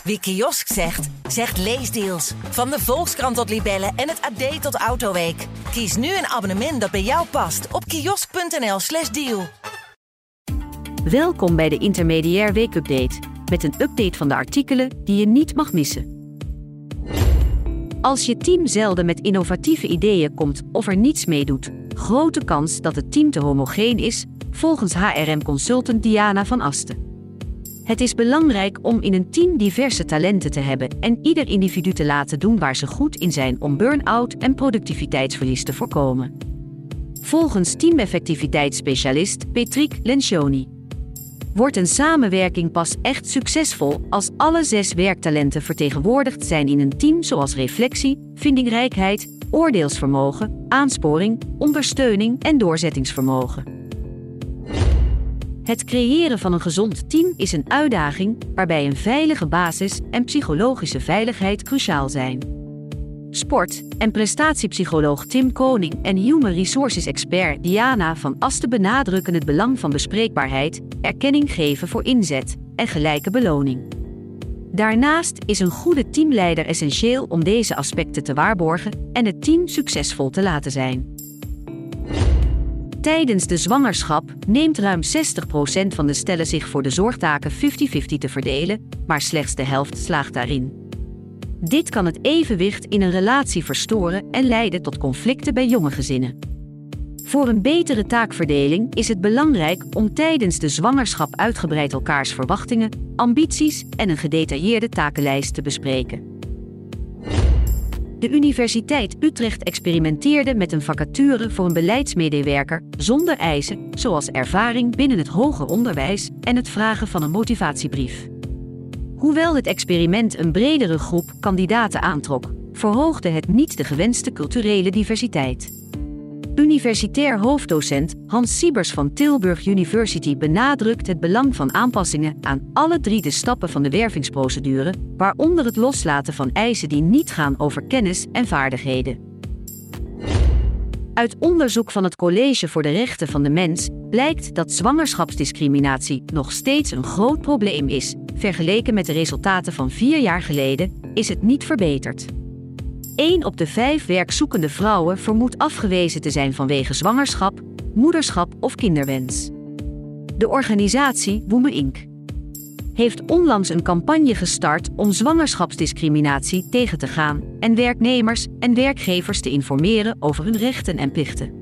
Wie kiosk zegt, zegt leesdeals. Van de Volkskrant tot Libellen en het AD tot Autoweek. Kies nu een abonnement dat bij jou past op kiosk.nl/deal. Welkom bij de Intermediair Weekupdate. Met een update van de artikelen die je niet mag missen. Als je team zelden met innovatieve ideeën komt of er niets mee doet, grote kans dat het team te homogeen is, volgens HRM-consultant Diana van Asten. Het is belangrijk om in een team diverse talenten te hebben en ieder individu te laten doen waar ze goed in zijn om burn-out en productiviteitsverlies te voorkomen. Volgens teameffectiviteitsspecialist Patrick Lencioni wordt een samenwerking pas echt succesvol als alle 6 werktalenten vertegenwoordigd zijn in een team, zoals reflectie, vindingrijkheid, oordeelsvermogen, aansporing, ondersteuning en doorzettingsvermogen. Het creëren van een gezond team is een uitdaging waarbij een veilige basis en psychologische veiligheid cruciaal zijn. Sport- en prestatiepsycholoog Tim Koning en Human Resources expert Diana van Asten benadrukken het belang van bespreekbaarheid, erkenning geven voor inzet en gelijke beloning. Daarnaast is een goede teamleider essentieel om deze aspecten te waarborgen en het team succesvol te laten zijn. Tijdens de zwangerschap neemt ruim 60% van de stellen zich voor de zorgtaken 50-50 te verdelen, maar slechts de helft slaagt daarin. Dit kan het evenwicht in een relatie verstoren en leiden tot conflicten bij jonge gezinnen. Voor een betere taakverdeling is het belangrijk om tijdens de zwangerschap uitgebreid elkaars verwachtingen, ambities en een gedetailleerde takenlijst te bespreken. De Universiteit Utrecht experimenteerde met een vacature voor een beleidsmedewerker zonder eisen, zoals ervaring binnen het hoger onderwijs en het vragen van een motivatiebrief. Hoewel het experiment een bredere groep kandidaten aantrok, verhoogde het niet de gewenste culturele diversiteit. Universitair hoofddocent Hans Siebers van Tilburg University benadrukt het belang van aanpassingen aan alle 3 de stappen van de wervingsprocedure, waaronder het loslaten van eisen die niet gaan over kennis en vaardigheden. Uit onderzoek van het College voor de Rechten van de Mens blijkt dat zwangerschapsdiscriminatie nog steeds een groot probleem is. Vergeleken met de resultaten van 4 jaar geleden is het niet verbeterd. 1 op de 5 werkzoekende vrouwen vermoedt afgewezen te zijn vanwege zwangerschap, moederschap of kinderwens. De organisatie Women Inc. heeft onlangs een campagne gestart om zwangerschapsdiscriminatie tegen te gaan en werknemers en werkgevers te informeren over hun rechten en plichten.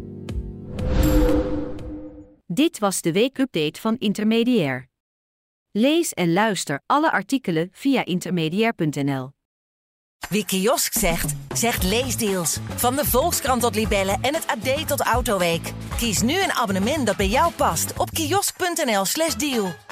Dit was de weekupdate van Intermediair. Lees en luister alle artikelen via intermediair.nl. Wie kiosk zegt, zegt leesdeals. Van de Volkskrant tot Libellen en het AD tot Autoweek. Kies nu een abonnement dat bij jou past op kiosk.nl/deal.